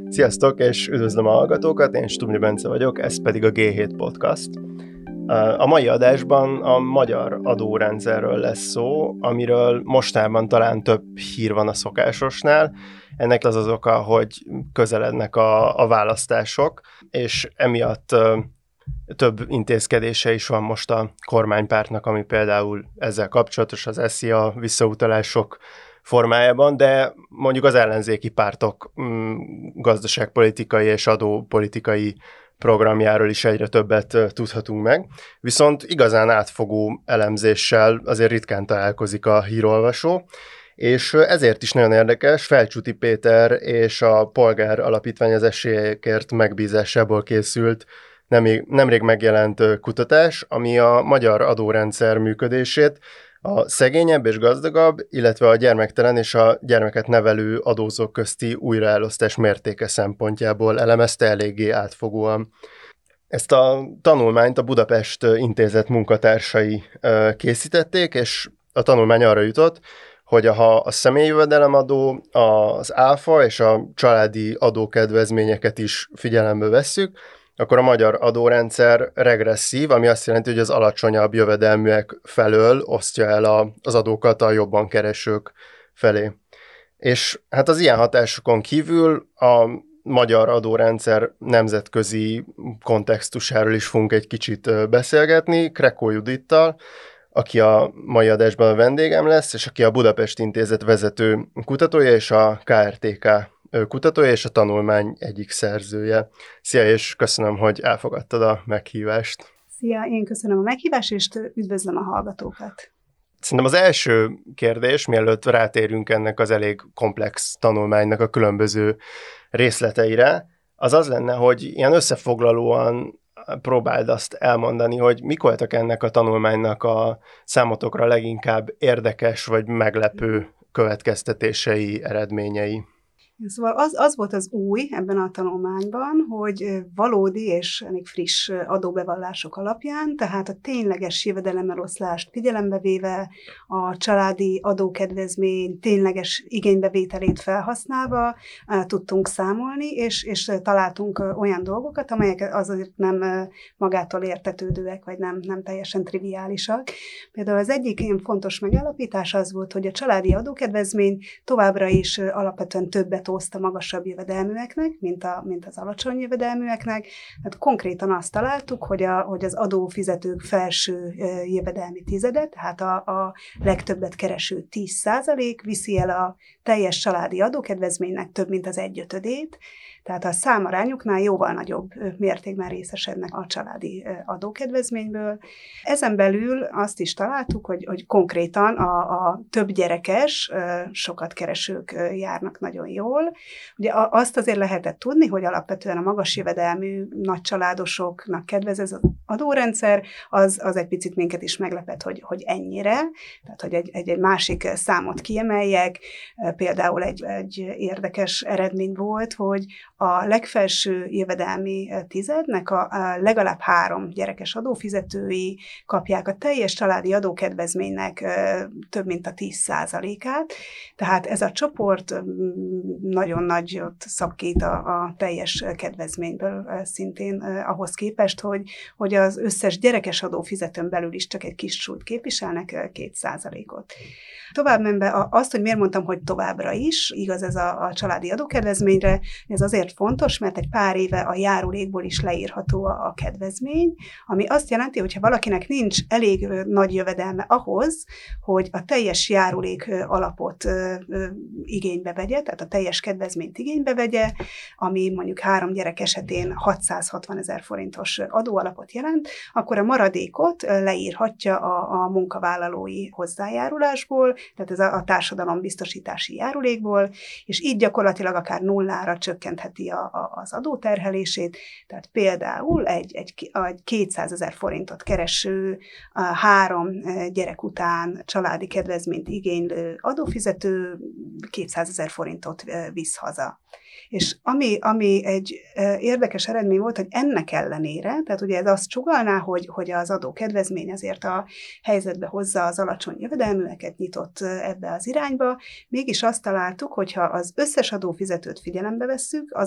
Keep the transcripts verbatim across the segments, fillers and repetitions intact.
Sziasztok, és üdvözlöm a hallgatókat, én Stubni Bence vagyok, ez pedig a gé hét Podcast. A mai adásban a magyar adórendszerről lesz szó, amiről mostában talán több hír van a szokásosnál. Ennek az az oka, hogy közelednek a, a választások, és emiatt több intézkedése is van most a kormánypártnak, ami például ezzel kapcsolatos, az es zé i á visszautalások formájában, de mondjuk az ellenzéki pártok mm, gazdaságpolitikai és adópolitikai programjáról is egyre többet tudhatunk meg. Viszont igazán átfogó elemzéssel azért ritkán találkozik a hírolvasó, és ezért is nagyon érdekes, Felcsúti Péter és a Polgár Alapítvány az esélyekért megbízásából készült nemrég, nemrég megjelent kutatás, ami a magyar adórendszer működését a szegényebb és gazdagabb, illetve a gyermektelen és a gyermeket nevelő adózók közti újraelosztás mértéke szempontjából elemezte eléggé átfogóan. Ezt a tanulmányt a Budapest Intézet munkatársai készítették, és a tanulmány arra jutott, hogy ha a személyi jövedelemadó, az áfa és a családi adókedvezményeket is figyelembe vesszük, akkor a magyar adórendszer regresszív, ami azt jelenti, hogy az alacsonyabb jövedelműek felől osztja el a, az adókat a jobban keresők felé. És hát az ilyen hatásokon kívül a magyar adórendszer nemzetközi kontextusáról is fogunk egy kicsit beszélgetni, Krekó Judittal, aki a mai adásban a vendégem lesz, és aki a Budapest Intézet vezető kutatója és a ká er té ká kutatója és a tanulmány egyik szerzője. Szia, és köszönöm, hogy elfogadtad a meghívást. Szia, én köszönöm a meghívást, és üdvözlöm a hallgatókat. Szerintem az első kérdés, mielőtt rátérünk ennek az elég komplex tanulmánynak a különböző részleteire, az az lenne, hogy ilyen összefoglalóan próbáld azt elmondani, hogy mik voltak ennek a tanulmánynak a számotokra leginkább érdekes vagy meglepő következtetései, eredményei. Szóval az, az volt az új ebben a tanulmányban, hogy valódi és elég friss adóbevallások alapján, tehát a tényleges jövedelemeloszlást figyelembe véve, a családi adókedvezmény tényleges igénybevételét felhasználva tudtunk számolni, és, és találtunk olyan dolgokat, amelyek azért nem magától értetődőek, vagy nem, nem teljesen triviálisak. Például az egyik ilyen fontos megállapítás az volt, hogy a családi adókedvezmény továbbra is alapvetően többet oszt a magasabb jövedelműeknek, mint, a, mint az alacsony jövedelműeknek. Hát konkrétan azt találtuk, hogy, a, hogy az adófizetők felső jövedelmi tizede, tehát a, a legtöbbet kereső tíz százalék viszi el a teljes családi adókedvezménynek több mint az egyötödét, tehát a számarányuknál jóval nagyobb mértékben részesednek a családi adókedvezményből. Ezen belül azt is találtuk, hogy, hogy konkrétan a, a több gyerekes, sokat keresők járnak nagyon jól. Ugye azt azért lehetett tudni, hogy alapvetően a magas jövedelmű nagycsaládosoknak kedvez ez az adórendszer, az, az egy picit minket is meglepett, hogy, hogy ennyire, tehát hogy egy, egy, egy másik számot kiemeljek, például egy, egy érdekes eredmény volt, hogy a legfelső jövedelmi tizednek a, a legalább három gyerekes adófizetői kapják a teljes családi adókedvezménynek több mint a tíz százalékát, tehát ez a csoport nagyon nagyot szakít a, a teljes kedvezményből szintén ahhoz képest, hogy, hogy az összes gyerekes adófizetőn belül is csak egy kis súlyt képviselnek, két százalékot. Tovább menve azt, hogy miért mondtam, hogy továbbra is, igaz ez a, a családi adókedvezményre, ez azért fontos, mert egy pár éve a járulékból is leírható a, a kedvezmény, ami azt jelenti, hogy ha valakinek nincs elég nagy jövedelme ahhoz, hogy a teljes járulék alapot ö, ö, igénybe vegye, tehát a teljes kedvezményt igénybe vegye, ami mondjuk három gyerek esetén hatszázhatvan ezer forintos adóalapot jelent, akkor a maradékot leírhatja a, a munkavállalói hozzájárulásból, tehát ez a, a társadalombiztosítási járulékból, és így gyakorlatilag akár nullára csökkentheti a, a, az adóterhelését, tehát például egy, egy, egy kétszázezer forintot kereső, a három gyerek után családi kedvezményt igénylő adófizető kétszázezer forintot visz haza. És ami, ami egy érdekes eredmény volt, hogy ennek ellenére, tehát ugye ez azt csugalná, hogy, hogy az adókedvezmény ezért a helyzetbe hozza az alacsony jövedelműeket, nyitott ebbe az irányba, mégis azt találtuk, hogyha az összes adófizetőt figyelembe vesszük, azok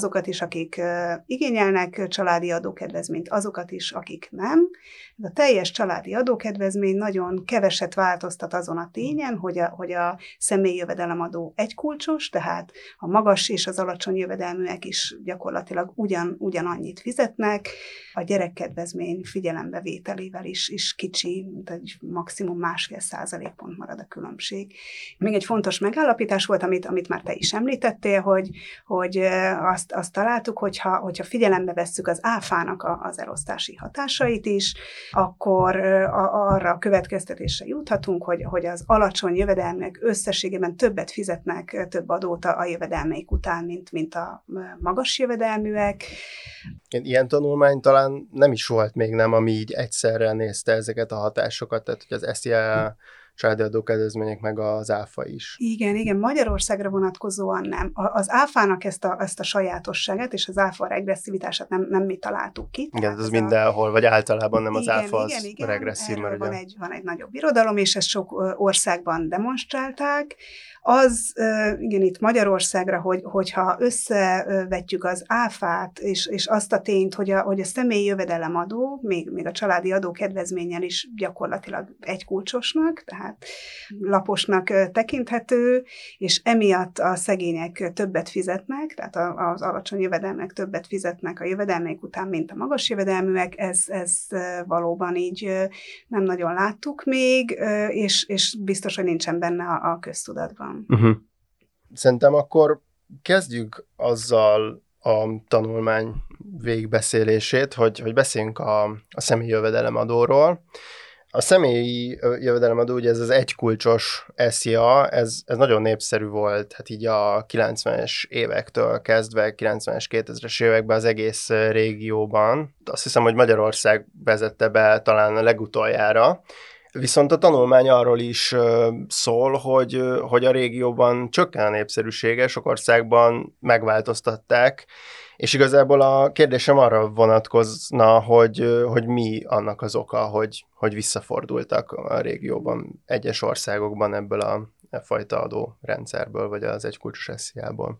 azokat is, akik igényelnek családi adókedvezményt, azokat is, akik nem. A teljes családi adókedvezmény nagyon keveset változtat azon a tényen, hogy a, hogy a személyi jövedelemadó egykulcsos, tehát a magas és az alacsony jövedelműek is gyakorlatilag ugyan, ugyanannyit fizetnek, a gyerekkedvezmény figyelembevételével is, is kicsi, tehát maximum másfél százalékpont marad a különbség. Még egy fontos megállapítás volt, amit, amit már te is említettél, hogy, hogy azt, azt találtuk, hogyha, hogyha figyelembe vesszük az áfának a, az elosztási hatásait is, akkor a, arra a következtetésre juthatunk, hogy, hogy az alacsony jövedelmek összességében többet fizetnek, több adót a jövedelmeik után, mint, mint a magas jövedelműek. Ilyen tanulmány talán nem is volt még, nem, ami így egyszerre nézte ezeket a hatásokat, tehát hogy az es zé á családi adókedvezmények, meg az áfa is. Igen, igen, Magyarországra vonatkozóan nem. Az áfának ezt a, ezt a sajátosságát és az áfa regresszivitását nem, nem mi találtuk ki. Igen, ez mindenhol, a... vagy általában nem az igen, áfa az igen, igen, regresszív. Mert van, ugye... egy, van egy nagyobb irodalom, és ezt sok országban demonstrálták. Az, igen, itt Magyarországra, hogy, hogyha összevetjük az áfát, és, és azt a tényt, hogy a, hogy a személyi jövedelemadó, még, még a családi adó kedvezménnyel is gyakorlatilag egykulcsosnak, tehát laposnak tekinthető, és emiatt a szegények többet fizetnek, tehát az alacsony jövedelmek többet fizetnek a jövedelmeik után, mint a magas jövedelműek, ez, ez valóban így nem nagyon láttuk még, és, és biztos, hogy nincsen benne a, a köztudatban. Uh-huh. Szerintem akkor kezdjük azzal a tanulmány végigbeszélését, hogy, hogy beszéljünk a, a személyi jövedelemadóról. A személyi jövedelemadó, ugye ez az egykulcsos es zé á, ez, ez nagyon népszerű volt, hát így a kilencvenes évektől kezdve, kilencvenes, kétezres években az egész régióban. Azt hiszem, hogy Magyarország vezette be talán a legutoljára. Viszont a tanulmány arról is szól, hogy, hogy a régióban csökken a népszerűsége, sok országban megváltoztatták, és igazából a kérdésem arra vonatkozna, hogy, hogy mi annak az oka, hogy, hogy visszafordultak a régióban, egyes országokban ebből a, a fajta adórendszerből, vagy az egykulcsos es zé á-ból.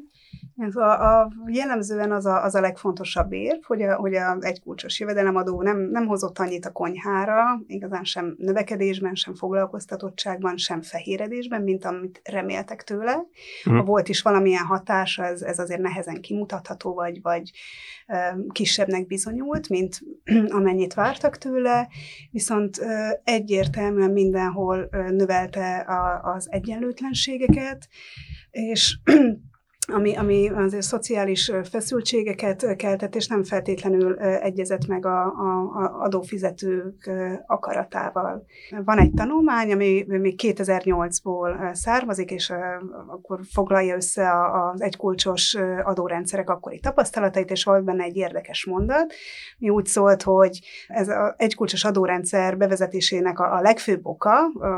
A, a, jellemzően az a, az a legfontosabb érv, hogy, a, hogy az egykulcsos jövedelemadó nem, nem hozott annyit a konyhára, igazán sem növekedésben, sem foglalkoztatottságban, sem fehéredésben, mint amit reméltek tőle. Mm. Ha volt is valamilyen hatása, ez, ez azért nehezen kimutatható, vagy, vagy e, kisebbnek bizonyult, mint amennyit vártak tőle, viszont e, egyértelműen mindenhol e, növelte a, az egyenlőtlenségeket, és Ami, ami azért szociális feszültségeket keltett, és nem feltétlenül egyezett meg a, a, a adófizetők akaratával. Van egy tanulmány, ami még kétezer-nyolcból származik, és akkor foglalja össze az egykulcsos adórendszerek akkori tapasztalatait, és volt benne egy érdekes mondat, mi úgy szólt, hogy ez az egykulcsos adórendszer bevezetésének a, a legfőbb oka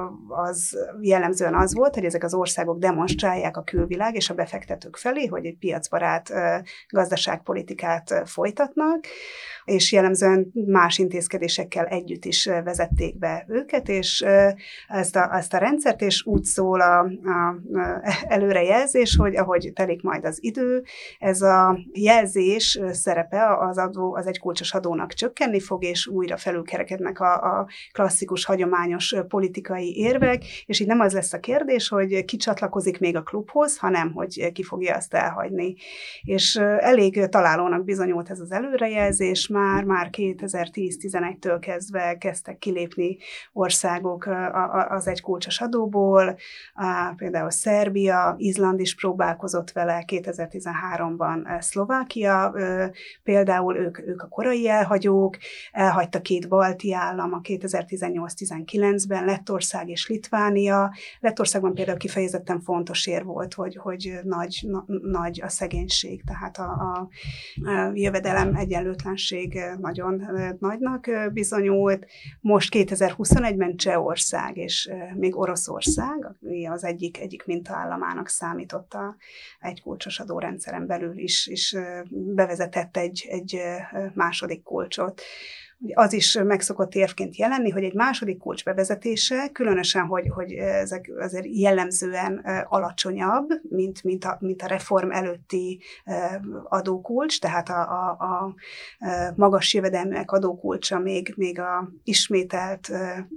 az jellemzően az volt, hogy ezek az országok demonstrálják a külvilág és a befektetők felé, hogy egy piacbarát gazdaságpolitikát folytatnak, és jellemzően más intézkedésekkel együtt is vezették be őket, és ezt a, ezt a rendszert, és úgy szól a, a előrejelzés, hogy ahogy telik majd az idő, ez a jelzés szerepe az, adó, az egykulcsos adónak csökkenni fog, és újra felülkerekednek a, a klasszikus, hagyományos politikai érvek, és így nem az lesz a kérdés, hogy ki csatlakozik még a klubhoz, hanem hogy ki fogja azt elhagyni. És elég találónak bizonyult ez az előrejelzés, már, már kétezer-tíz-tizenegytől kezdve kezdtek kilépni országok az egykulcsos adóból, például Szerbia, Izland is próbálkozott vele, kétezer-tizenháromban Szlovákia, például ők, ők a korai elhagyók, elhagyta két balti állam a kétezer-tizennyolc-tizenkilencben, Lettország és Litvánia. Lettországban például kifejezetten fontos ér volt, hogy, hogy nagy, na, nagy a szegénység, tehát a, a, a jövedelem egyenlőtlenség nagyon nagynak bizonyult. Most kétezer-huszonegyben Csehország és még Oroszország, ami az egyik, egyik mintaállamának számított a egykulcsos adórendszeren belül is, is bevezetett egy, egy második kulcsot. az is meg szokott érvként jelenni, hogy egy második kulcs bevezetése, különösen, hogy, hogy ezek azért jellemzően alacsonyabb, mint, mint, a, mint a reform előtti adókulcs, tehát a, a, a magas jövedelműek adókulcsa még, még a ismételt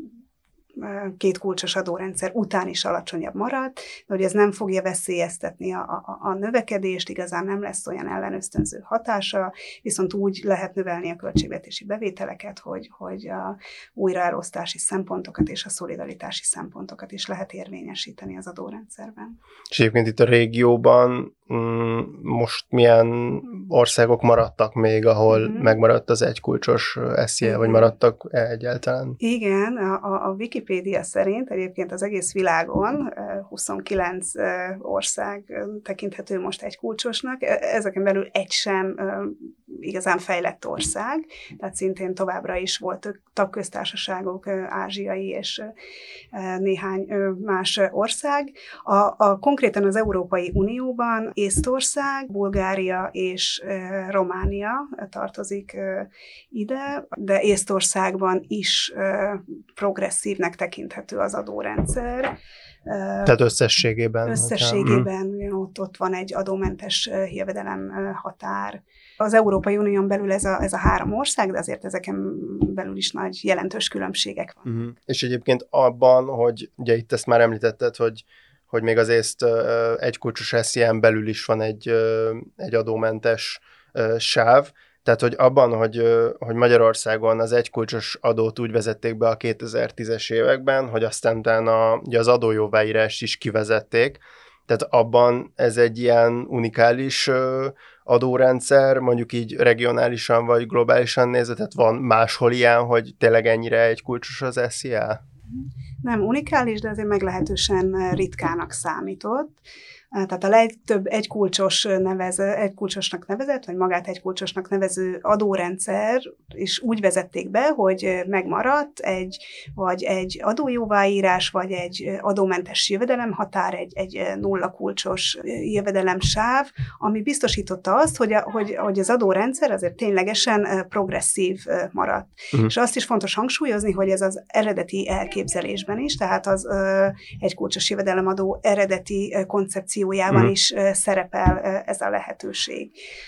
két kulcsos adórendszer után is alacsonyabb maradt, de hogy ez nem fogja veszélyeztetni a, a, a növekedést, igazán nem lesz olyan ellenösztönző hatása, viszont úgy lehet növelni a költségvetési bevételeket, hogy, hogy a újraelosztási szempontokat és a szolidaritási szempontokat is lehet érvényesíteni az adórendszerben. És egyébként itt a régióban most milyen országok maradtak még, ahol mm-hmm. megmaradt az egykulcsos eszje, vagy maradtak egyáltalán? Igen, a, a Wikipédia szerint egyébként az egész világon huszonkilenc ország tekinthető most egykulcsosnak, ezeken belül egy sem igazán fejlett ország, tehát szintén továbbra is voltak tagköztársaságok, ázsiai és néhány más ország. A, a konkrétan az Európai Unióban Észtország, Bulgária és Románia tartozik ide, de Észtországban is progresszívnek tekinthető az adórendszer. Tehát összességében? Összességében hogyha... ott, ott van egy adómentes jövedelem határ. Az Európai Unión belül ez a, ez a három ország, de azért ezeken belül is nagy jelentős különbségek van. Uh-huh. És egyébként abban, hogy ugye itt ezt már említetted, hogy hogy még az észt egykulcsos eszjen belül is van egy, egy adómentes sáv, tehát hogy abban, hogy, hogy Magyarországon az egykulcsos adót úgy vezették be a kétezer-tízes években, hogy aztán utána ugye az adójóváírást is kivezették, tehát abban ez egy ilyen unikális adórendszer, mondjuk így regionálisan vagy globálisan nézve, tehát van máshol ilyen, hogy tényleg ennyire egykulcsos az eszje? Nem unikális, de azért meglehetősen ritkának számított. Tehát a legtöbb egykulcsos nevező, egykulcsosnak nevezett, vagy magát egykulcsosnak nevező adórendszer is úgy vezették be, hogy megmaradt egy, vagy egy adójóváírás, vagy egy adómentes jövedelemhatár, egy, egy nulla kulcsos jövedelemsáv, ami biztosította azt, hogy, a, hogy, hogy az adórendszer azért ténylegesen progresszív maradt. Uh-huh. És azt is fontos hangsúlyozni, hogy ez az eredeti elképzelésben is, tehát az egykulcsos jövedelemadó eredeti koncepció Mm. is szerepel ez a lehetőség.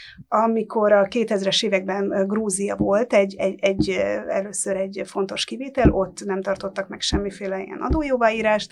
Amikor a kétezres években Grúzia volt egy, egy, egy, először egy fontos kivétel, ott nem tartottak meg semmiféle ilyen adójóváírást,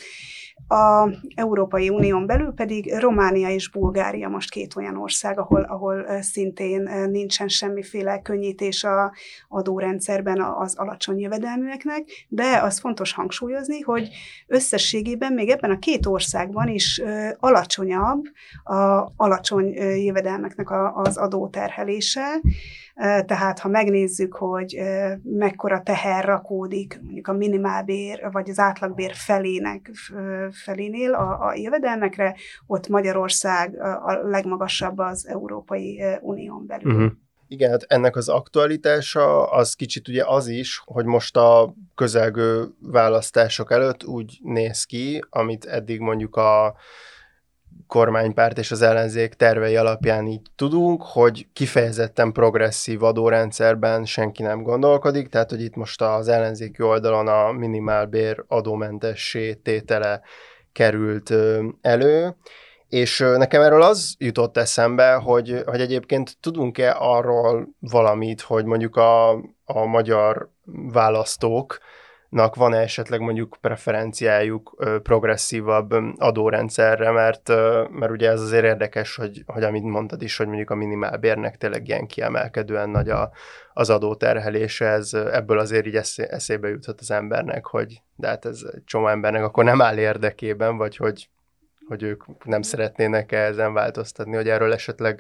a Európai Unión belül pedig Románia és Bulgária most két olyan ország, ahol, ahol szintén nincsen semmiféle könnyítés az adórendszerben az alacsony jövedelműeknek, de az fontos hangsúlyozni, hogy összességében még ebben a két országban is alacsonyabb az alacsony jövedelmeknek az adóterhelése. Tehát ha megnézzük, hogy mekkora teher rakódik mondjuk a minimálbér vagy az átlagbér felének felénél a, a jövedelmekre, ott Magyarország a legmagasabb az Európai Unión belül. Uh-huh. Igen, hát ennek az aktualitása az kicsit ugye az is, hogy most a közelgő választások előtt úgy néz ki, amit eddig mondjuk a kormánypárt és az ellenzék tervei alapján így tudunk, hogy kifejezetten progresszív adórendszerben senki nem gondolkodik, tehát hogy itt most az ellenzéki oldalon a minimálbér adómentessé tétele került elő, és nekem erről az jutott eszembe, hogy, hogy egyébként tudunk-e arról valamit, hogy mondjuk a, a magyar választók van-e esetleg mondjuk preferenciájuk progresszívabb adórendszerre, mert, mert ugye ez azért érdekes, hogy, hogy amit mondtad is, hogy mondjuk a minimálbérnek tényleg ilyen kiemelkedően nagy a, az adóterhelése, ez, ebből azért így eszé, eszébe juthat az embernek, hogy de hát ez egy csomó embernek akkor nem áll érdekében, vagy hogy, hogy ők nem szeretnének ezen változtatni, hogy erről esetleg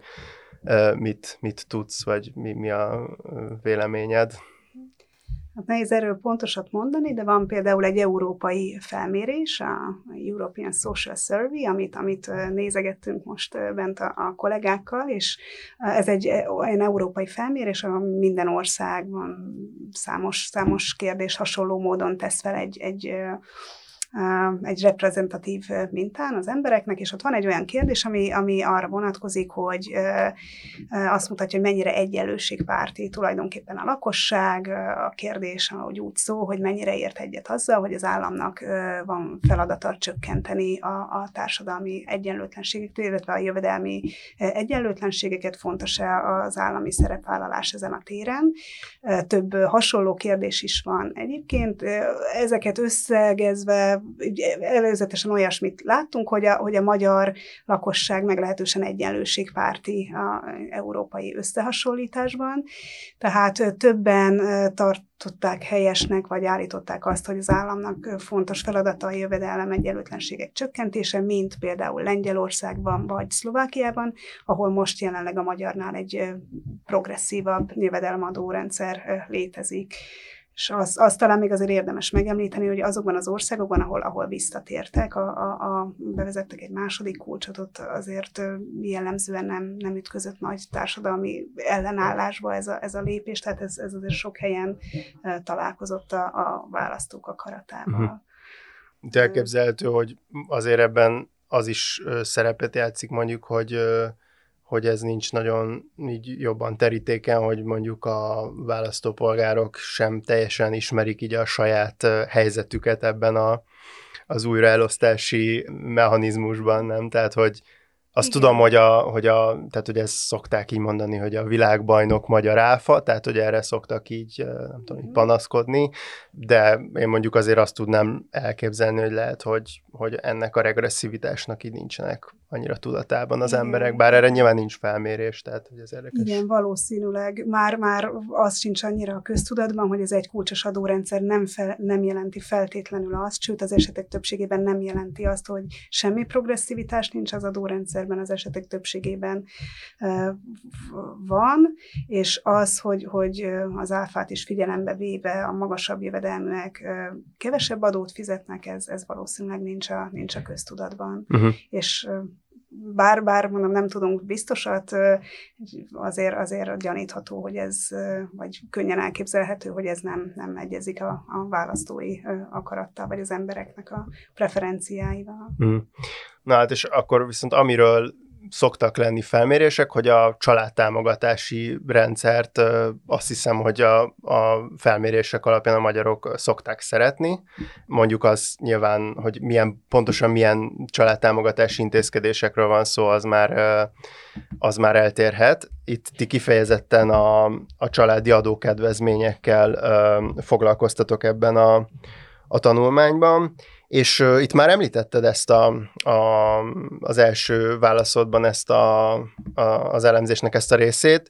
mit, mit tudsz, vagy mi, mi a véleményed? Hát nehéz erről pontosat mondani, de van például egy európai felmérés, a European Social Survey, amit, amit nézegettünk most bent a, a kollégákkal, és ez egy olyan európai felmérés, ahol minden országban számos, számos kérdés hasonló módon tesz fel egy, egy egy reprezentatív mintán az embereknek, és ott van egy olyan kérdés, ami, ami arra vonatkozik, hogy azt mutatja, hogy mennyire egyenlőségpárti tulajdonképpen a lakosság. A kérdés, ahogy úgy szó, hogy mennyire ért egyet azzal, hogy az államnak van feladata csökkenteni a, a társadalmi egyenlőtlenségeket, illetve a jövedelmi egyenlőtlenségeket, fontos-e az állami szerepvállalás ezen a téren. Több hasonló kérdés is van egyébként. Ezeket összegezve előzetesen olyasmit láttunk, hogy a, hogy a magyar lakosság meglehetősen egyenlőségpárti a európai összehasonlításban. Tehát többen tartották helyesnek, vagy állították azt, hogy az államnak fontos feladata a jövedelem egyenlőtlenségek csökkentése, mint például Lengyelországban vagy Szlovákiában, ahol most jelenleg a magyarnál egy progresszívabb jövedelemadórendszer létezik. És az, az talán még azért érdemes megemlíteni, hogy azokban az országokban, ahol, ahol visszatértek, a, a, a, bevezettek egy második kulcsot, ott azért jellemzően nem, nem ütközött nagy társadalmi ellenállásba ez a, ez a lépés, tehát ez, ez azért sok helyen találkozott a, a választók akaratával. Uh-huh. De elképzelhető, hogy azért ebben az is szerepet játszik mondjuk, hogy hogy ez nincs nagyon így jobban terítéken, hogy mondjuk a választópolgárok sem teljesen ismerik így a saját helyzetüket ebben a, az újraelosztási mechanizmusban, nem? Tehát, hogy azt Igen. tudom, hogy, a, hogy, a, tehát, hogy ezt szokták így mondani, hogy a világbajnok magyar áfa, tehát, hogy erre szoktak így, nem tudom, így panaszkodni, de én mondjuk azért azt tudnám elképzelni, hogy lehet, hogy, hogy ennek a regresszivitásnak így nincsenek annyira tudatában az Igen. emberek, bár erre nyilván nincs felmérés, tehát, hogy ez érdekes. Igen, valószínűleg. Már, már az sincs annyira a köztudatban, hogy az egy kulcsos adórendszer nem, fel, nem jelenti feltétlenül azt, sőt, az esetek többségében nem jelenti azt, hogy semmi progresszivitás nincs az adórendszerben, az esetek többségében uh, van, és az, hogy, hogy az áfát is figyelembe véve a magasabb jövedelműek uh, kevesebb adót fizetnek, ez, ez valószínűleg nincs a, nincs a köztudatban. Uh-huh. És uh, Bár, bár mondom, nem tudunk biztosat, azért, azért gyanítható, hogy ez, vagy könnyen elképzelhető, hogy ez nem, nem egyezik a, a választói akarattal, vagy az embereknek a preferenciáival. Mm. Na hát, és akkor viszont amiről szoktak lenni felmérések, hogy a családtámogatási rendszert azt hiszem, hogy a, a felmérések alapján a magyarok szokták szeretni. Mondjuk az nyilván, hogy milyen, pontosan milyen családtámogatási intézkedésekről van szó, az már, az már eltérhet. Itt ti kifejezetten a, a családi adókedvezményekkel foglalkoztatok ebben a, a tanulmányban. És uh, itt már említetted ezt a, a, az első válaszodban ezt a, a, az elemzésnek ezt a részét,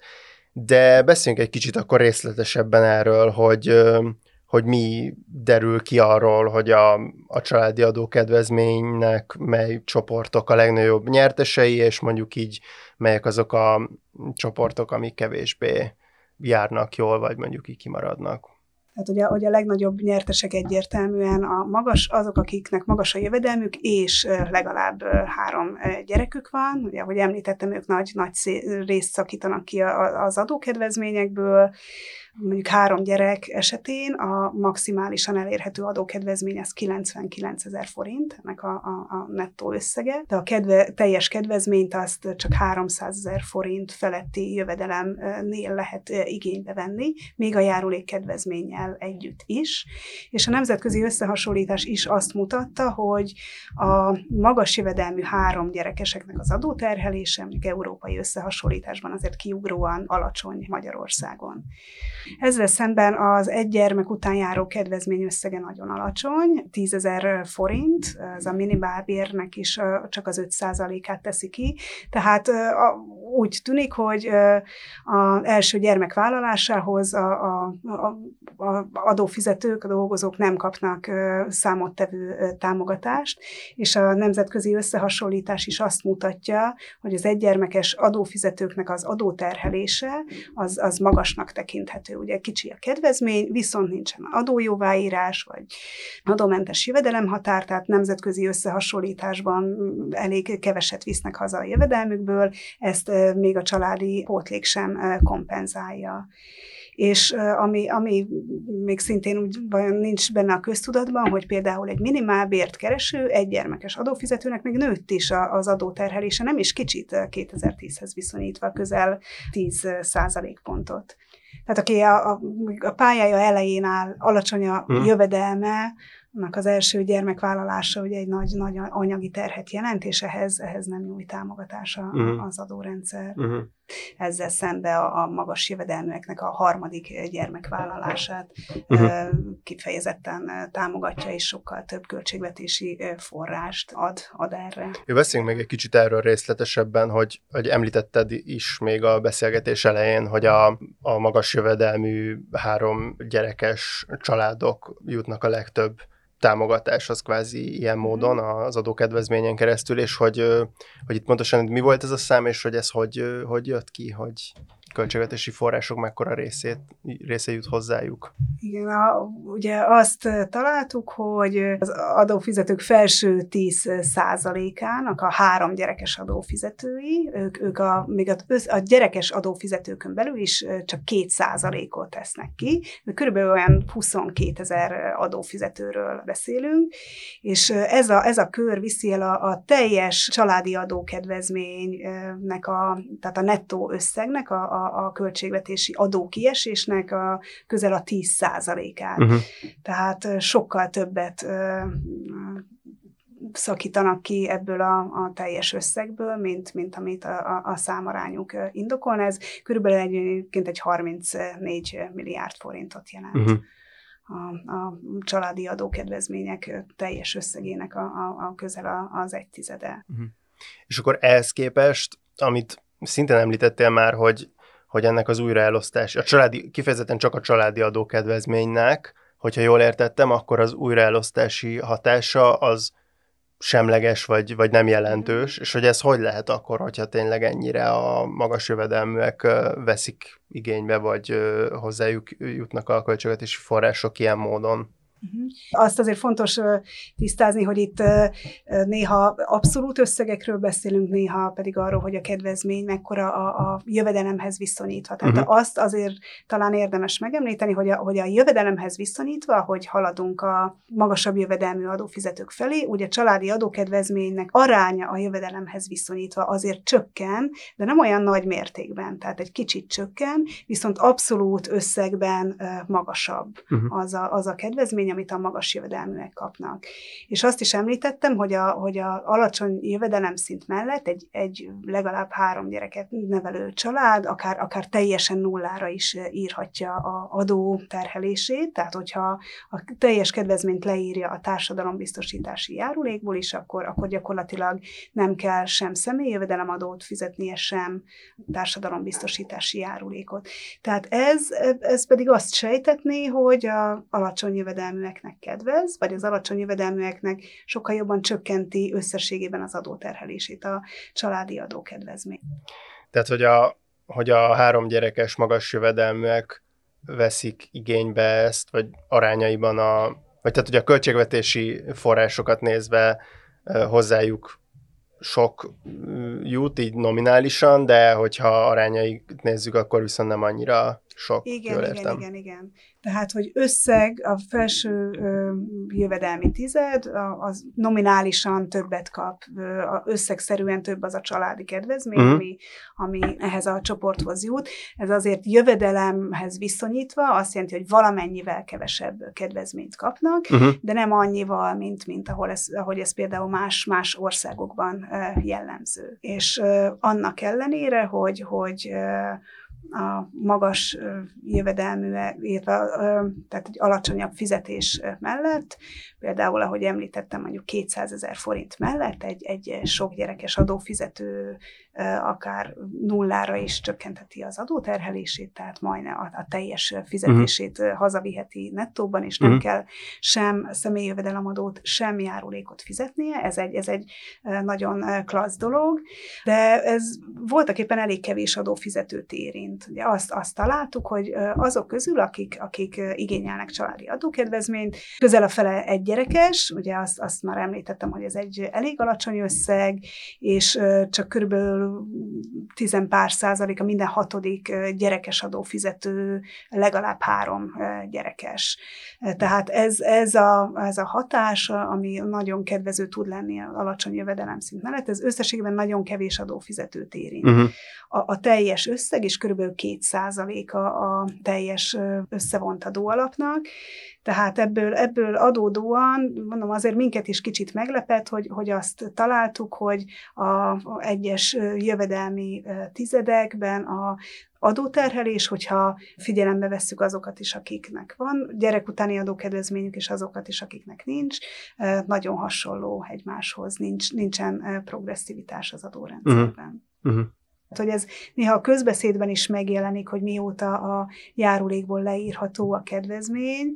de beszéljünk egy kicsit akkor részletesebben erről, hogy, uh, hogy mi derül ki arról, hogy a, a családi adókedvezménynek mely csoportok a legnagyobb nyertesei, és mondjuk így melyek azok a csoportok, amik kevésbé járnak jól, vagy mondjuk így kimaradnak. Tehát ugye, hogy a legnagyobb nyertesek egyértelműen a magas, azok, akiknek magas a jövedelmük, és legalább három gyerekük van. Ugye, ahogy említettem, ők nagy, nagy részt szakítanak ki az adókedvezményekből. Mondjuk három gyerek esetén a maximálisan elérhető adókedvezmény az kilencvenkilencezer forint, ennek a, a, a nettó összege, de a kedve, teljes kedvezményt azt csak háromszázezer forint feletti jövedelemnél lehet igénybe venni, még a járulék kedvezménnyel együtt is. És a nemzetközi összehasonlítás is azt mutatta, hogy a magas jövedelmű három gyerekeseknek az adóterhelése, mondjuk európai összehasonlításban azért kiugróan alacsony Magyarországon. Ezzel szemben az egy gyermek után járó kedvezmény összege nagyon alacsony, tízezer forint, ez a minimálbérnek is csak az öt százalékát teszi ki, tehát úgy tűnik, hogy az első gyermek vállalásához a, a, a, a adófizetők, a dolgozók nem kapnak számottevő támogatást, és a nemzetközi összehasonlítás is azt mutatja, hogy az egygyermekes adófizetőknek az adóterhelése az, az magasnak tekinthető. Ugye kicsi a kedvezmény, viszont nincsen adójóváírás, vagy adómentes jövedelemhatár, tehát nemzetközi összehasonlításban elég keveset visznek haza a jövedelmükből, ezt még a családi pótlék sem kompenzálja. És ami, ami még szintén úgy vajon nincs benne a köztudatban, hogy például egy minimálbért kereső, egy gyermekes adófizetőnek még nőtt is az adóterhelése, nem is kicsit kétezer-tízhez viszonyítva, közel tíz százalékpontot. Tehát aki a, a, a pályája elején áll, alacsony a hmm. jövedelme, annak az első gyermekvállalása ugye egy nagy, nagy anyagi terhet jelent, és ehhez, ehhez nem nyújt támogatása uh-huh. az adórendszer. Uh-huh. Ezzel szembe a, a magas jövedelműeknek a harmadik gyermekvállalását uh-huh. kifejezetten támogatja, és sokkal több költségvetési forrást ad, ad erre. Beszéljünk még egy kicsit erről részletesebben, hogy, hogy említetted is még a beszélgetés elején, hogy a, a magas jövedelmű három gyerekes családok jutnak a legtöbb támogatáshoz kvázi ilyen módon az adókedvezményen keresztül, és hogy, hogy itt pontosan mi volt ez a szám, és hogy ez hogy, hogy jött ki, hogy költségvetési források mekkora részét, része jut hozzájuk. Igen, a, ugye azt találtuk, hogy az adófizetők felső tíz százalékának a három gyerekes adófizetői, ők, ők a, még a, a gyerekes adófizetőkön belül is csak két százalékot tesznek ki, de körülbelül olyan huszonkétezer adófizetőről beszélünk, és ez a, ez a kör viszi el a, a teljes családi adókedvezménynek, a, tehát a nettó összegnek, a, a a költségvetési adókiesésnek a közel a tíz százalékát. Uh-huh. Tehát sokkal többet szakítanak ki ebből a, a teljes összegből, mint, mint amit a, a, a számarányuk indokolna. Ez körülbelül egyébként egy harmincnégy milliárd forintot jelent. Uh-huh. A, a családi adókedvezmények teljes összegének a, a, a közel a, az egy tizede. Uh-huh. És akkor ehhez képest, amit szintén említettél már, hogy hogy ennek az újraelosztás, a családi, kifejezetten csak a családi adókedvezménynek, hogyha jól értettem, akkor az újraelosztási hatása az semleges, vagy, vagy nem jelentős, és hogy ez hogy lehet akkor, hogyha tényleg ennyire a magas jövedelműek veszik igénybe, vagy hozzájuk jutnak a költségvetési források ilyen módon. Uh-huh. Azt azért fontos uh, tisztázni, hogy itt uh, néha abszolút összegekről beszélünk, néha pedig arról, hogy a kedvezmény mekkora a, a jövedelemhez viszonyítva. Tehát uh-huh. azt azért talán érdemes megemlíteni, hogy a, hogy a jövedelemhez viszonyítva, hogy haladunk a magasabb jövedelmű adófizetők felé, ugye a családi adókedvezménynek aránya a jövedelemhez viszonyítva azért csökken, de nem olyan nagy mértékben, tehát egy kicsit csökken, viszont abszolút összegben uh, magasabb uh-huh. az, a, az a kedvezmény, amit a magas jövedelműek kapnak. És azt is említettem, hogy a, hogy a alacsony jövedelemszint mellett egy, egy legalább három gyereket nevelő család akár, akár teljesen nullára is írhatja a adó terhelését, tehát hogyha a teljes kedvezményt leírja a társadalombiztosítási járulékból is, akkor, akkor gyakorlatilag nem kell sem személyjövedelemadót fizetnie, sem társadalombiztosítási járulékot. Tehát ez, ez pedig azt sejtetné, hogy a alacsony jövedelmű kedvez, vagy az alacsony jövedelműeknek sokkal jobban csökkenti összességében az adóterhelését a családi adókedvezmény. Tehát, hogy a, hogy a három gyerekes magas jövedelműek veszik igénybe ezt, vagy arányaiban a, vagy tehát, hogy a költségvetési forrásokat nézve hozzájuk sok jut, így nominálisan, de hogyha arányait nézzük, akkor viszont nem annyira sok. Igen, igen, értem. igen, igen. Tehát, hogy összeg, a felső ö, jövedelmi tized, az nominálisan többet kap, ö, összegszerűen több az a családi kedvezmény, uh-huh. ami, ami ehhez a csoporthoz jut. Ez azért jövedelemhez viszonyítva azt jelenti, hogy valamennyivel kevesebb kedvezményt kapnak, uh-huh. de nem annyival, mint, mint ahol ez, ahogy ez például más, más országokban ö, jellemző. És ö, annak ellenére, hogy, hogy ö, a magas jövedelmű, illetve tehát egy alacsonyabb fizetés mellett, például, ahogy említettem, mondjuk kétszázezer forint mellett egy, egy sok gyerekes adófizető akár nullára is csökkentheti az adóterhelését, tehát majdnem a, a teljes fizetését uh-huh. hazaviheti nettóban, és nem uh-huh. kell sem személyjövedelemadót, sem járulékot fizetnie. Ez egy, ez egy nagyon klassz dolog, de ez voltaképpen elég kevés adófizetőt érint. szerint. Ugye azt, azt találtuk, hogy azok közül, akik, akik igényelnek családi adókedvezményt, közel a fele egy gyerekes, ugye azt, azt már említettem, hogy ez egy elég alacsony összeg, és csak körülbelül tizen pár százaléka, minden hatodik gyerekes adófizető legalább három gyerekes. Tehát ez, ez, a, ez a hatás, ami nagyon kedvező tud lenni az alacsony jövedelemszint mellett, ez összességében nagyon kevés adófizetőt érint. Uh-huh. A, a teljes összeg is körülbelül két százaléka a teljes összevont adóalapnak, tehát ebből, ebből adódóan, mondom, azért minket is kicsit meglepett, hogy, hogy azt találtuk, hogy a, a egyes jövedelmi tizedekben a adóterhelés, hogyha figyelembe vesszük azokat is, akiknek van gyerek utáni adókedvezményük, és azokat is, akiknek nincs, nagyon hasonló egymáshoz, nincs, nincsen progresszivitás az adórendszerben. Uh-huh. Uh-huh. Hogy ez néha a közbeszédben is megjelenik, hogy mióta a járulékból leírható a kedvezmény,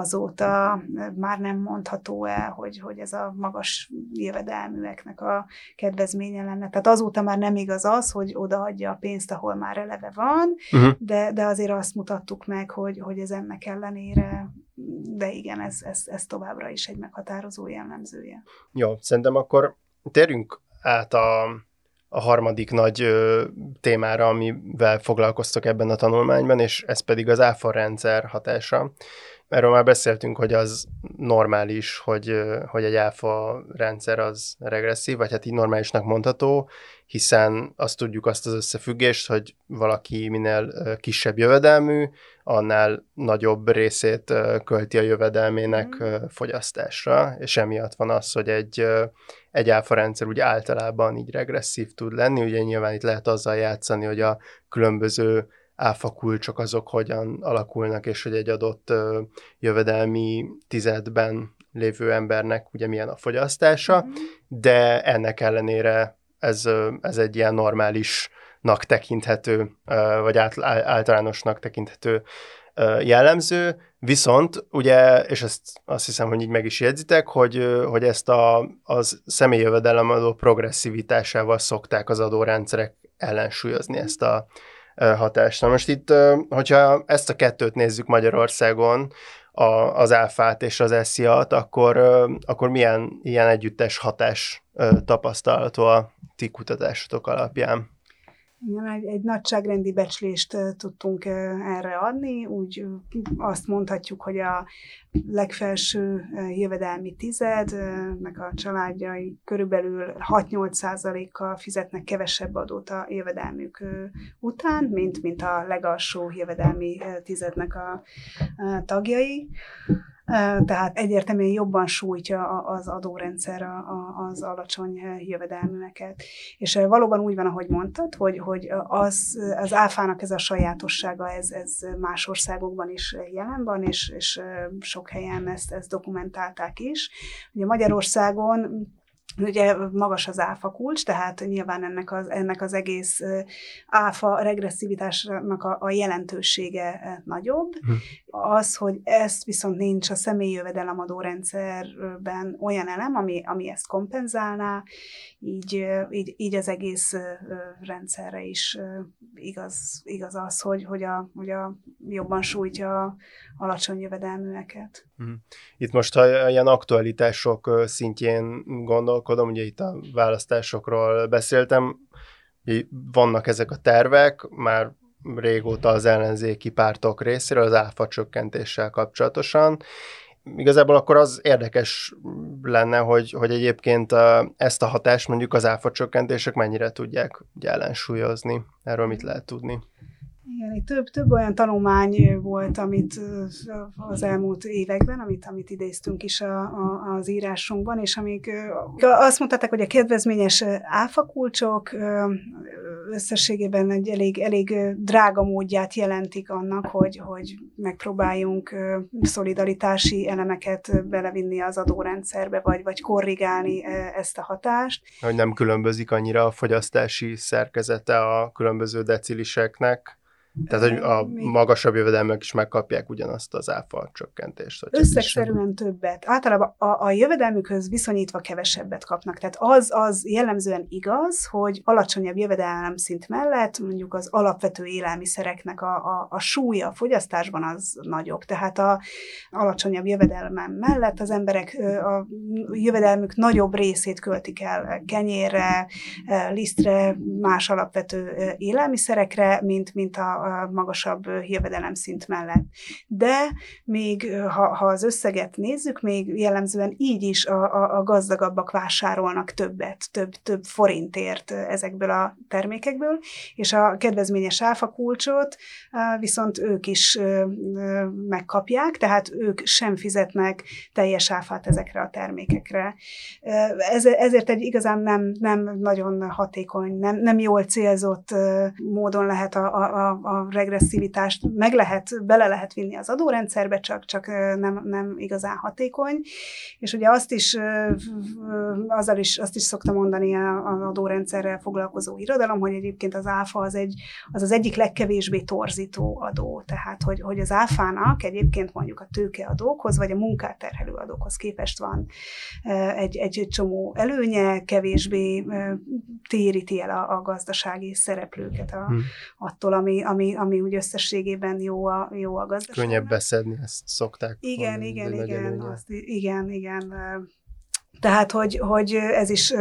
azóta már nem mondható el, hogy, hogy ez a magas jövedelműeknek a kedvezménye lenne. Tehát azóta már nem igaz az, hogy odaadja a pénzt, ahol már eleve van, uh-huh. de, de azért azt mutattuk meg, hogy, hogy ez ennek ellenére, de igen, ez, ez, ez továbbra is egy meghatározó jellemzője. Jó, szerintem akkor térjünk át a a harmadik nagy ö, témára, amivel foglalkoztok ebben a tanulmányban, és ez pedig az áfa rendszer hatása. Erről már beszéltünk, hogy az normális, hogy, hogy egy áfa rendszer az regresszív, vagy hát így normálisnak mondható, hiszen azt tudjuk azt az összefüggést, hogy valaki minél kisebb jövedelmű, annál nagyobb részét költi a jövedelmének mm. fogyasztásra, és emiatt van az, hogy egy, egy áfa rendszer úgy általában így regresszív tud lenni. Ugye nyilván itt lehet azzal játszani, hogy a különböző áfa kulcsok azok hogyan alakulnak, és hogy egy adott ö, jövedelmi tizedben lévő embernek ugye milyen a fogyasztása, mm. de ennek ellenére ez, ez egy ilyen normálisnak tekinthető, vagy általánosnak tekinthető jellemző, viszont ugye, és ezt azt hiszem, hogy így meg is jegyzitek, hogy, hogy ezt a, az személyjövedelemadó progresszivitásával szokták az adórendszerek ellensúlyozni ezt a hatást. Na most itt, hogyha ezt a kettőt nézzük Magyarországon, a, az áfát és az esziat, akkor, akkor milyen ilyen együttes hatás tapasztalható a ti kutatásotok alapján? Igen, egy, egy nagyságrendi becslést tudtunk erre adni, úgy azt mondhatjuk, hogy a legfelső jövedelmi tizednek a családjai körülbelül hat-nyolc százalékkal fizetnek kevesebb adót a jövedelmük után, mint, mint a legalsó jövedelmi tizednek a tagjai. Tehát egyértelműen jobban sújtja az adórendszer az alacsony jövedelműeket. És valóban úgy van, ahogy mondtad, hogy, hogy az, az áfának ez a sajátossága, ez, ez más országokban is jelen van, és, és sok helyen ezt, ezt dokumentálták is. Ugye Magyarországon ugye magas az áfa kulcs, tehát nyilván ennek az, ennek az egész áfa regresszivitásnak a, a jelentősége nagyobb. Hm. Az, hogy ezt viszont nincs a személyi jövedelemadó rendszerben olyan elem, ami, ami ezt kompenzálná, így, így, így az egész rendszerre is igaz, igaz az, hogy, hogy, a, hogy a jobban sújtja a alacsony jövedelműeket. Itt most, ha ilyen aktualitások szintjén gondolkodom, ugye itt a választásokról beszéltem, vannak ezek a tervek, már régóta az ellenzéki pártok részéről az áfa csökkentéssel kapcsolatosan. Igazából akkor az érdekes lenne, hogy, hogy egyébként ezt a hatást mondjuk az áfa csökkentések mennyire tudják ellensúlyozni. Erről mit lehet tudni? Igen, itt több, több olyan tanulmány volt, amit az elmúlt években, amit, amit idéztünk is a, a, az írásunkban, és amik azt mutatták, hogy a kedvezményes áfakulcsok összességében egy elég, elég drága módját jelentik annak, hogy, hogy megpróbáljunk szolidaritási elemeket belevinni az adórendszerbe, vagy, vagy korrigálni ezt a hatást. Hogy nem különbözik annyira a fogyasztási szerkezete a különböző deciliseknek, Tehát, hogy a magasabb jövedelmek is megkapják ugyanazt az áfa csökkentést. Összegszerűen többet. Általában a, a jövedelmükhöz viszonyítva kevesebbet kapnak. Tehát az, az jellemzően igaz, hogy alacsonyabb jövedelemszint mellett mondjuk az alapvető élelmiszereknek a, a, a súlya a fogyasztásban az nagyobb. Tehát a alacsonyabb jövedelmem mellett az emberek a jövedelmük nagyobb részét költik el kenyérre, lisztre, más alapvető élelmiszerekre, mint, mint a a magasabb jövedelemszint mellett. De még, ha, ha az összeget nézzük, még jellemzően így is a, a, a gazdagabbak vásárolnak többet, több, több forintért ezekből a termékekből, és a kedvezményes áfakulcsot viszont ők is megkapják, tehát ők sem fizetnek teljes áfát ezekre a termékekre. Ez, ezért egy igazán nem, nem nagyon hatékony, nem, nem jól célzott módon lehet a, a, a regresszivitást meg lehet, bele lehet vinni az adórendszerbe, csak, csak nem, nem igazán hatékony. És ugye azt is, azzal is, azt is szokta mondani az adórendszerrel foglalkozó irodalom, hogy egyébként az áfa az, egy, az az egyik legkevésbé torzító adó. Tehát, hogy, hogy az áfának egyébként mondjuk a tőkeadókhoz, vagy a munkát terhelő adókhoz képest van egy, egy csomó előnye, kevésbé téríti el a, a gazdasági szereplőket a, hmm. attól, ami, ami, ami úgy összességében jó a, jó a gazdaságnak. Könnyebb beszedni, ezt szokták. Igen, mondani, igen, igen, azt, igen, igen. Tehát, hogy, hogy ez is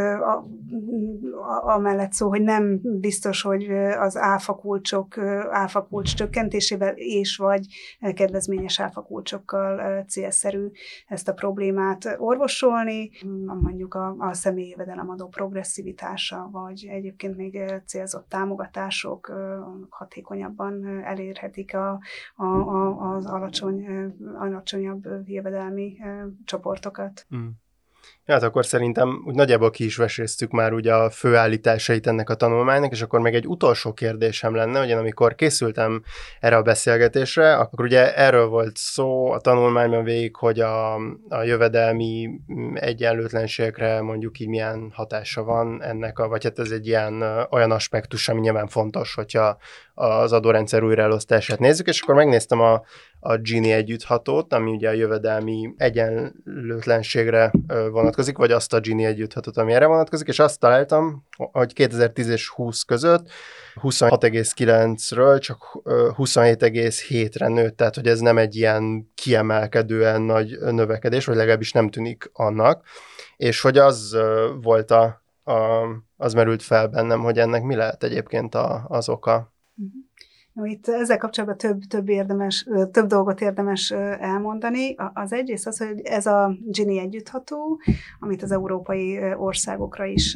amellett szó, hogy nem biztos, hogy az áfakulcsok, áfakulcs csökkentésével és vagy kedvezményes áfakulcsokkal célszerű ezt a problémát orvosolni. Mondjuk a, a személyi jövedelemadó progresszivitása, vagy egyébként még célzott támogatások hatékonyabban elérhetik a, a, a, az alacsony, alacsonyabb jövedelmi csoportokat. Mm. Ja, hát akkor szerintem úgy nagyjából ki is veséztük már ugye a főállításait ennek a tanulmánynak, és akkor még egy utolsó kérdésem lenne, hogy én amikor készültem erre a beszélgetésre, akkor ugye erről volt szó a tanulmányban végig, hogy a, a jövedelmi egyenlőtlenségekre mondjuk így milyen hatása van ennek, a, vagy hát ez egy ilyen olyan aspektus, ami nyilván fontos, hogyha az adórendszer újraelosztását nézzük, és akkor megnéztem a a Gini együtthatót, ami ugye a jövedelmi egyenlőtlenségre vonatkozik, vagy azt a Gini együtthatót, ami erre vonatkozik, és azt találtam, hogy kétezer-tíz és húsz között huszonhat egész kilencről csak huszonhét egész hétre nőtt, tehát hogy ez nem egy ilyen kiemelkedően nagy növekedés, vagy legalábbis nem tűnik annak, és hogy az volt a, a az merült fel bennem, hogy ennek mi lehet egyébként a, az oka. Itt ezzel kapcsolatban több, több, érdemes, több dolgot érdemes elmondani. Az egyrészt az, hogy ez a Gini együttható, amit az európai országokra is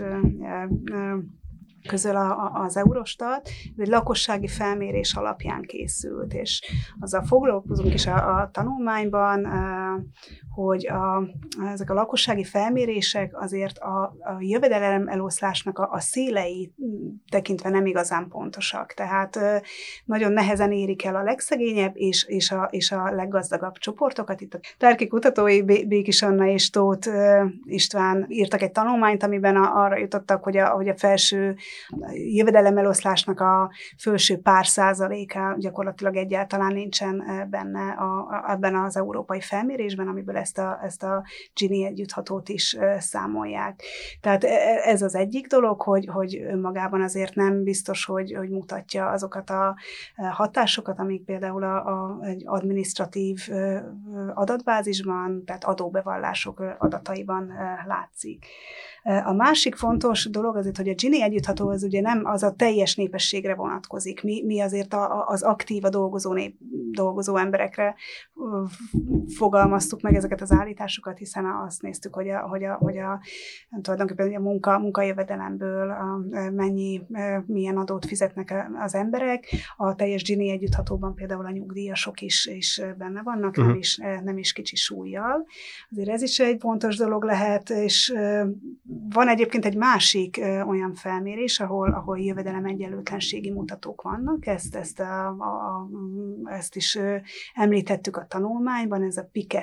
közöl az Eurostat, ez egy lakossági felmérés alapján készült, és azzal foglalkozunk is a, a tanulmányban, hogy a, ezek a lakossági felmérések azért a, a jövedelem eloszlásnak a, a szélei tekintve nem igazán pontosak. Tehát nagyon nehezen érik el a legszegényebb és, és, a, és a leggazdagabb csoportokat. Itt a Tárki kutatói Békis Anna és Tóth István írtak egy tanulmányt, amiben arra jutottak, hogy a, hogy a felső jövedelemeloszlásnak a felső pár százaléka gyakorlatilag egyáltalán nincsen benne a, a, ebben az európai felmérésben, amiből ezt a, ezt a Gini együtthatót is számolják. Tehát ez az egyik dolog, hogy, hogy önmagában azért nem biztos, hogy, hogy mutatja azokat a hatásokat, amik például a, a, egy adminisztratív adatbázisban, tehát adóbevallások adataiban látszik. A másik fontos dolog azért, hogy a Gini együttható az ugye nem az a teljes népességre vonatkozik. Mi, mi azért a, az aktíva dolgozó, nép, dolgozó emberekre fogalmaztuk meg ezeket az állításokat, hiszen azt néztük, hogy a, hogy a, hogy a tulajdonképpen a munka, munkajövedelemből a, mennyi, milyen adót fizetnek az emberek. A teljes Gini együtthatóban például a nyugdíjasok is, is benne vannak, uh-huh. nem, is, nem is kicsi súllyal. Azért ez is egy fontos dolog lehet, és van egyébként egy másik ö, olyan felmérés, ahol, ahol jövedelem egyenlőtlenségi mutatók vannak, ezt, ezt, a, a, ezt is ö, említettük a tanulmányban, ez a Piketty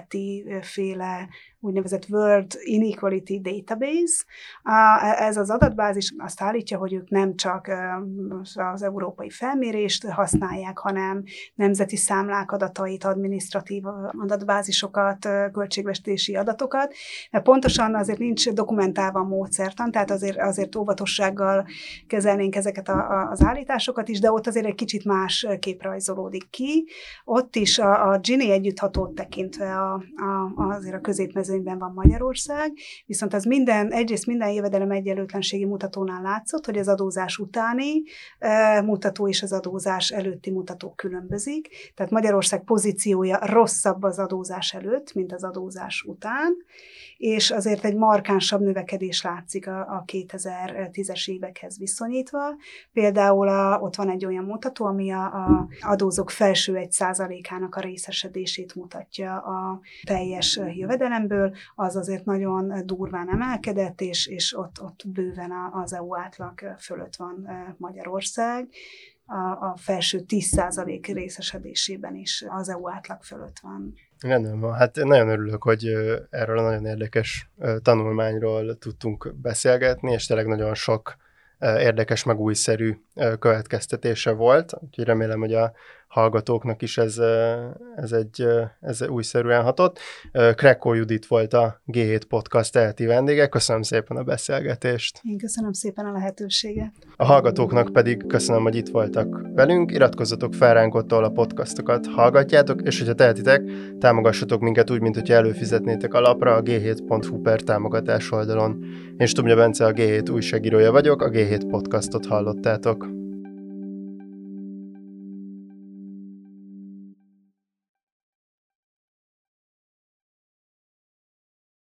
Getty-féle úgynevezett World Inequality Database. Ez az adatbázis azt állítja, hogy ők nem csak az európai felmérést használják, hanem nemzeti számlák adatait, adminisztratív adatbázisokat, költségvetési adatokat. Mert pontosan azért nincs dokumentálva a módszertan, tehát azért, azért óvatossággal kezelnénk ezeket a, a, az állításokat is, de ott azért egy kicsit más kép rajzolódik ki. Ott is a, a Gini együtthatót tekintve a, a, azért a középmezőnyben van Magyarország, viszont az minden, egyrészt minden jövedelem egyenlőtlenségi mutatónál látszott, hogy az adózás utáni e, mutató és az adózás előtti mutató különbözik. Tehát Magyarország pozíciója rosszabb az adózás előtt, mint az adózás után, és azért egy markánsabb növekedés látszik a, a kétezer-tízes évekhez viszonyítva. Például a, ott van egy olyan mutató, ami a, a adózók felső egy százalékának a részesedését mutatja a teljes jövedelemből, az azért nagyon durván emelkedett, és, és ott, ott bőven az é u átlag fölött van Magyarország. A, a felső tíz százalék részesedésében is az é u átlag fölött van. Rendben van. Hát nagyon örülök, hogy erről a nagyon érdekes tanulmányról tudtunk beszélgetni, és tényleg nagyon sok érdekes, meg újszerű következtetése volt. Úgyhogy remélem, hogy a hallgatóknak is ez, ez egy ez újszerűen hatott. Krekó Judit volt a gé hét Podcast elti vendége. Köszönöm szépen a beszélgetést. Én köszönöm szépen a lehetőséget. A hallgatóknak pedig köszönöm, hogy itt voltak velünk. Iratkozzatok fel ránk ott, ahol a podcastokat hallgatjátok, és hogyha tehetitek, támogassatok minket úgy, mint hogyha előfizetnétek a lapra a gé hét pont hu per támogatás oldalon. Én Stubnya Bence, a gé hét újságírója vagyok, a gé hét Podcastot hallottátok.